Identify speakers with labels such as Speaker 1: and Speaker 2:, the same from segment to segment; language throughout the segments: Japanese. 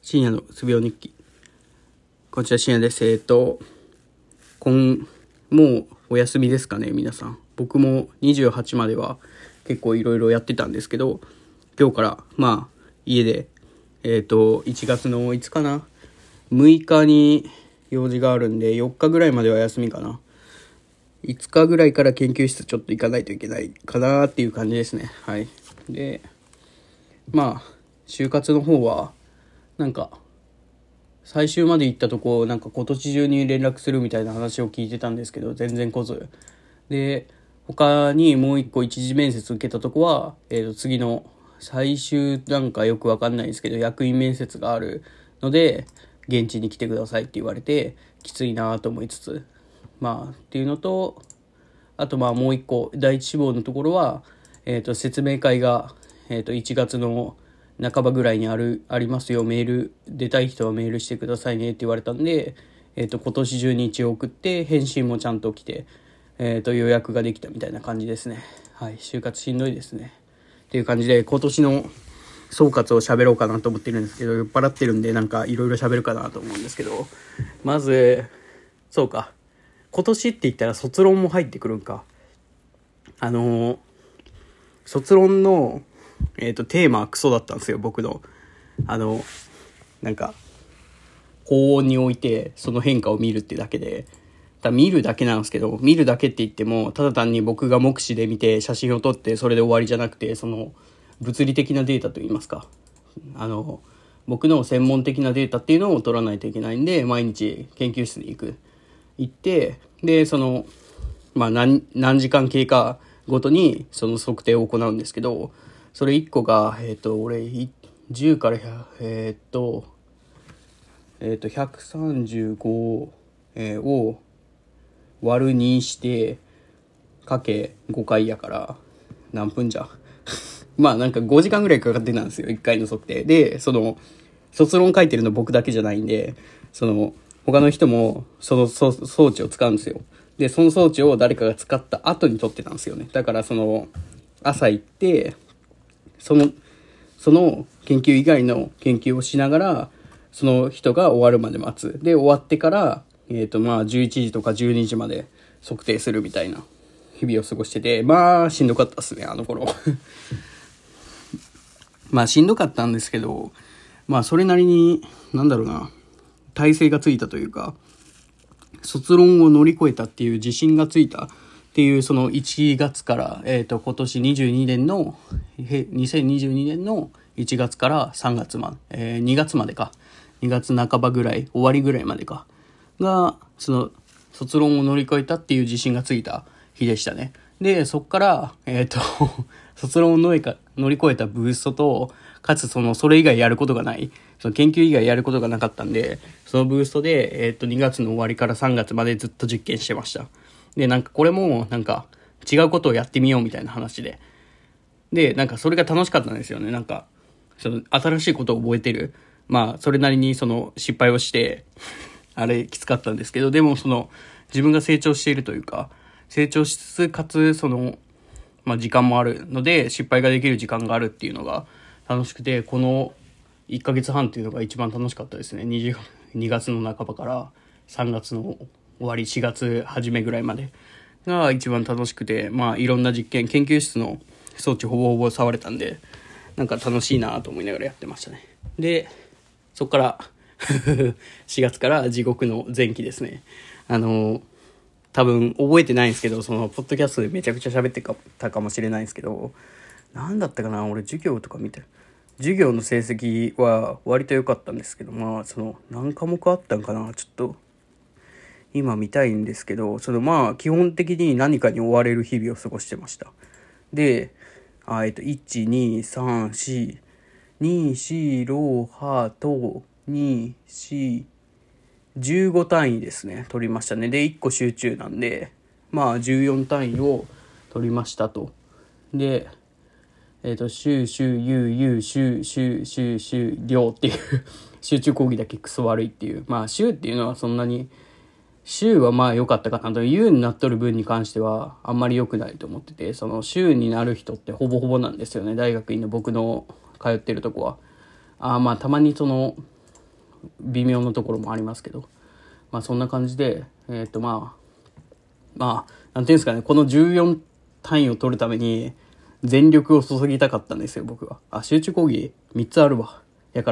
Speaker 1: 深夜のうつ病日記。こちら深夜です。もうお休みですかね、皆さん。僕も28までは結構いろいろやってたんですけど、今日から家で1月のいつかな、6日に用事があるんで4日ぐらいまでは休みかな。5日ぐらいから研究室ちょっと行かないといけないかなっていう感じですね。はい。で、就活の方は最終まで行ったとこ今年中に連絡するみたいな話を聞いてたんですけど、全然来ずで、他にもう一個一次面接受けたとこは、次の最終よくわかんないですけど役員面接があるので現地に来てくださいって言われて、きついなと思いつつっていうのと、あともう一個第一志望のところは、説明会が、1月の半ばぐらいにありますよ、メール出たい人はメールしてくださいねって言われたんで、今年中に一応送って返信もちゃんと来て、予約ができたみたいな感じですね。はい、就活しんどいですねっていう感じで、今年の総括を喋ろうかなと思ってるんですけど、酔っ払ってるんでいろいろ喋るかなと思うんですけど、まずそうか、今年って言ったら卒論も入ってくるんか。卒論のテーマはクソだったんですよ、僕の。高温に置いてその変化を見るってだけで、見るだけなんですけど、見るだけって言ってもただ単に僕が目視で見て写真を撮ってそれで終わりじゃなくて、その物理的なデータといいますか、僕の専門的なデータっていうのを取らないといけないんで、毎日研究室に行って、で何時間経過ごとにその測定を行うんですけど、それ1個が俺10から135を割る2してかけ5回やから何分じゃ5時間ぐらいかかってたんですよ、1回の測定で。その卒論書いてるの僕だけじゃないんで、その他の人もその装置を使うんですよ。でその装置を誰かが使った後に撮ってたんですよね。だからその朝行ってその研究以外の研究をしながらその人が終わるまで待つ。で終わってから11時とか12時まで測定するみたいな日々を過ごしてて、しんどかったっすね、あの頃しんどかったんですけど、それなりに体勢がついたというか、卒論を乗り越えたっていう自信がついたっていう、その1月から、今年2022年の1月から3月2月までか、2月半ばぐらい、終わりぐらいまでかが、その卒論を乗り越えたっていう自信がついた日でしたね。でそっから卒論を乗り越えたブーストと、かつそれ以外やることがない、その研究以外やることがなかったんで、そのブーストで2月の終わりから3月までずっと実験してました。でこれも違うことをやってみようみたいな話で、それが楽しかったんですよね。その新しいことを覚えてる。それなりにその失敗をしてあれきつかったんですけど、でもその自分が成長しているというか、成長しつつかつその時間もあるので、失敗ができる時間があるっていうのが楽しくて、この1ヶ月半っていうのが一番楽しかったですね。2月の半ばから3月の終わり、4月初めぐらいまでが一番楽しくて、いろんな実験、研究室の装置ほぼほぼ触れたんで、楽しいなと思いながらやってましたね。でそっから4月から地獄の前期ですね。多分覚えてないんですけど、そのポッドキャストでめちゃくちゃ喋ってたかもしれないんですけど、何だったかな、俺授業とか見て、授業の成績は割と良かったんですけど、その何科目あったんかな、ちょっと今見たいんですけど、基本的に何かに追われる日々を過ごしてました。で1,2,3,4,2,4,6,8,2,4,15単位ですね、取りましたね。で1個集中なんで14単位を取りましたと。で週量っていう集中講義だけクソ悪いっていう。週っていうのはそんなに、週は良かったかなと、Uになっとる分に関してはあんまり良くないと思ってて、その週になる人ってほぼほぼなんですよね、大学院の僕の通ってるとこは。たまにその微妙なところもありますけど、まあそんな感じで、まあ、なんていうんですかね、この14単位を取るために全力を注ぎたかったんですよ、僕は。集中講義3つあるわ。だから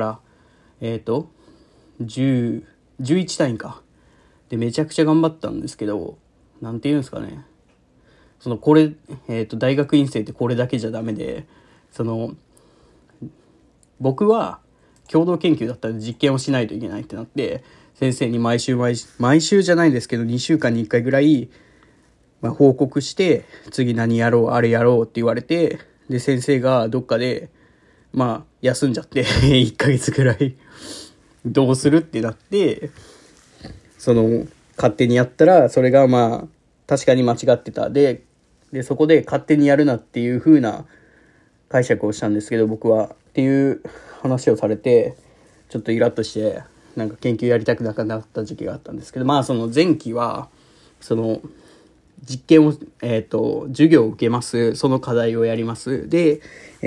Speaker 1: 、11単位か。で、めちゃくちゃ頑張ったんですけど、なんていうんですかね。大学院生ってこれだけじゃダメで、僕は共同研究だったら実験をしないといけないってなって、先生に毎週じゃないですけど、2週間に1回ぐらい、報告して、次何やろう、あれやろうって言われて、で、先生がどっかで、休んじゃって、1ヶ月ぐらい、どうするってなって、勝手にやったら、それが確かに間違ってた。で、そこで勝手にやるなっていう風な解釈をしたんですけど、僕は。っていう話をされて、ちょっとイラッとして、なんか研究やりたくなくなった時期があったんですけど、前期は、実験を、授業を受けます。その課題をやります。で、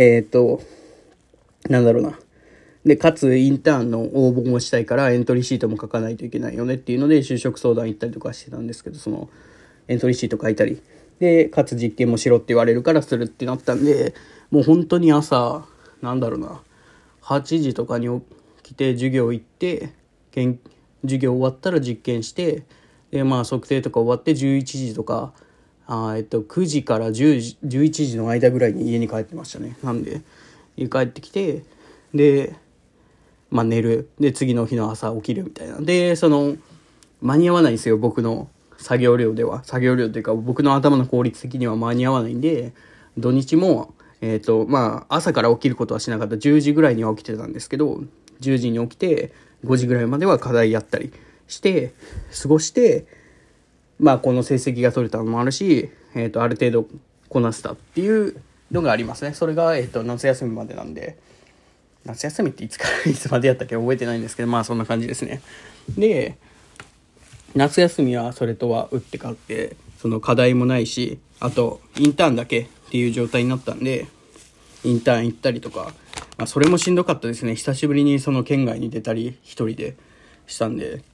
Speaker 1: で、かつインターンの応募もしたいからエントリーシートも書かないといけないよねっていうので就職相談行ったりとかしてたんですけど、そのエントリーシート書いたりで、かつ実験もしろって言われるからするってなったんで、もう本当に朝8時とかに起きて授業行って、授業終わったら実験して、で測定とか終わって11時とか9時から10時11時の間ぐらいに家に帰ってましたね。なんで家帰ってきて、で寝る。で、次の日の朝起きるみたいな。で、間に合わないんですよ、僕の作業量では。作業量というか、僕の頭の効率的には間に合わないんで、土日も、朝から起きることはしなかった。10時ぐらいには起きてたんですけど、10時に起きて、5時ぐらいまでは課題やったりして、過ごして、この成績が取れたのもあるし、ある程度こなせたっていうのがありますね。それが、夏休みまでなんで、夏休みっていつまでやったっけ覚えてないんですけど、そんな感じですね。で、夏休みはそれとは打って変わって、その課題もないし、あとインターンだけっていう状態になったんで、インターン行ったりとか、それもしんどかったですね。久しぶりにその県外に出たり一人でしたんで、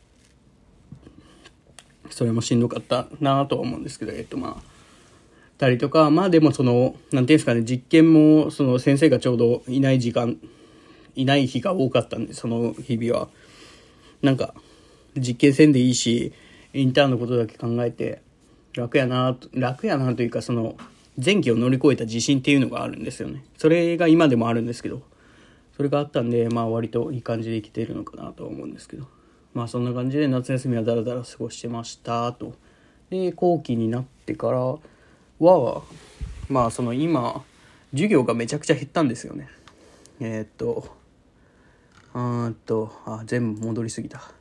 Speaker 1: それもしんどかったなとは思うんですけど、たりとか、でもなんていうんですかね、実験も先生がちょうどいない日が多かったんで、その日々は実験せんでいいし、インターンのことだけ考えて楽やなというか、前期を乗り越えた自信っていうのがあるんですよね。それが今でもあるんですけど、それがあったんで、割といい感じで生きているのかなとは思うんですけど、そんな感じで夏休みはだらだら過ごしてましたと。で、後期になってからは今授業がめちゃくちゃ減ったんですよね。全部戻りすぎた。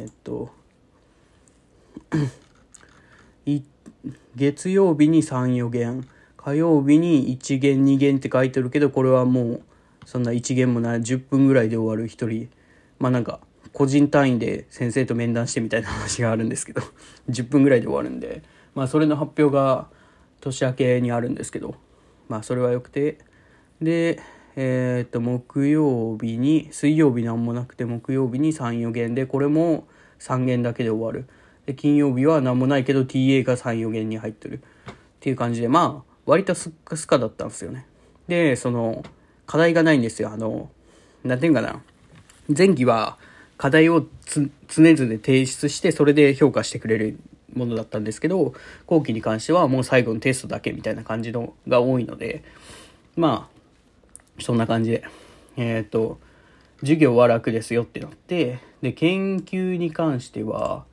Speaker 1: 月曜日に3、4限、火曜日に1限、2限って書いてるけど、これはもうそんな1限もない、10分ぐらいで終わる一人。個人単位で先生と面談してみたいな話があるんですけど、10分ぐらいで終わるんで、それの発表が年明けにあるんですけど、それはよくて、で、水曜日なんもなくて、木曜日に3、4限で、これも3限だけで終わる。で、金曜日はなんもないけど TA が3、4限に入ってるっていう感じで、割とスッカスカだったんですよね。で、課題がないんですよ。なんていうかな。前期は課題を常々提出して、それで評価してくれるものだったんですけど、後期に関してはもう最後のテストだけみたいな感じのが多いので、そんな感じで、授業は楽ですよってなって、で、研究に関しては、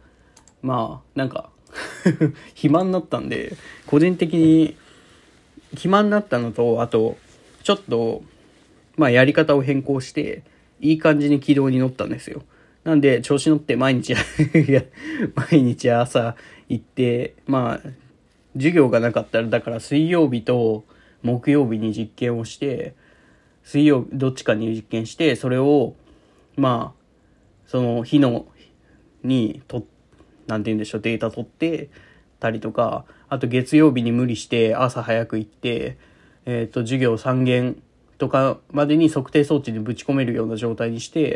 Speaker 1: 暇になったんで、個人的に暇になったのと、あと、ちょっと、やり方を変更して、いい感じに軌道に乗ったんですよ。なんで、調子乗って毎日朝行って、授業がなかったら、だから水曜日と木曜日に実験をして、どっちかに実験して、それを、その日になんて言うんでしょう、データ取ってたりとか、あと月曜日に無理して朝早く行って、授業3限とかまでに測定装置にぶち込めるような状態にして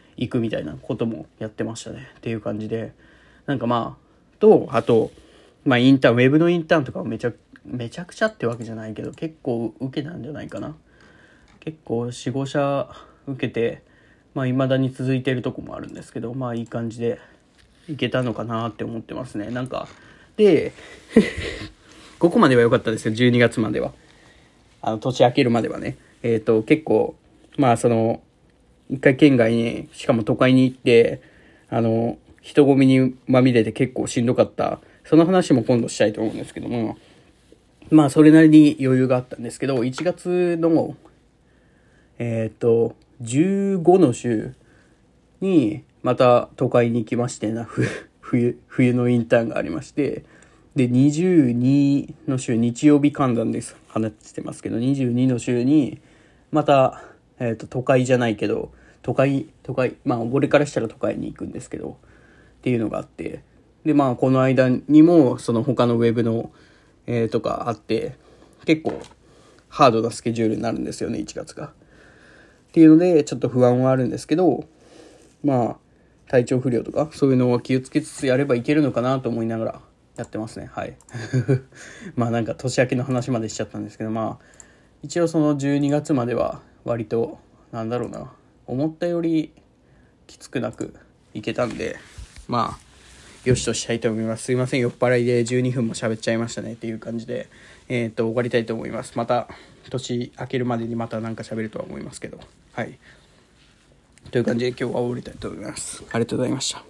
Speaker 1: 行くみたいなこともやってましたねっていう感じで、なんかあと、インターン、ウェブのインターンとかめちゃくちゃってわけじゃないけど、結構受けたんじゃないかな。結構4、5社受けて、未だに続いてるとこもあるんですけど、いい感じでいけたのかなって思ってますね。なんか、で、ここまでは良かったですよ、12月までは。年明けるまではね。結構、一回県外に、しかも都会に行って、人混みにまみれて結構しんどかった。その話も今度したいと思うんですけども、それなりに余裕があったんですけど、1月の、15の週に、また都会に行きまして冬のインターンがありまして、で、22の週、日曜日換算です。話してますけど、22の週に、また、都会じゃないけど、都会、俺からしたら都会に行くんですけど、っていうのがあって、で、この間にも、その他のウェブの、とかあって、結構、ハードなスケジュールになるんですよね、1月が。っていうので、ちょっと不安はあるんですけど、体調不良とか、そういうのを気をつけつつやればいけるのかなと思いながらやってますね。はい。なんか年明けの話までしちゃったんですけど、一応その12月までは割と、思ったよりきつくなくいけたんで、よしとしたいと思います。すいません、酔っ払いで12分も喋っちゃいましたねっていう感じで、終わりたいと思います。また、年明けるまでにまたなんか喋るとは思いますけど、はい。という感じで今日は終わりたいと思います。ありがとうございました。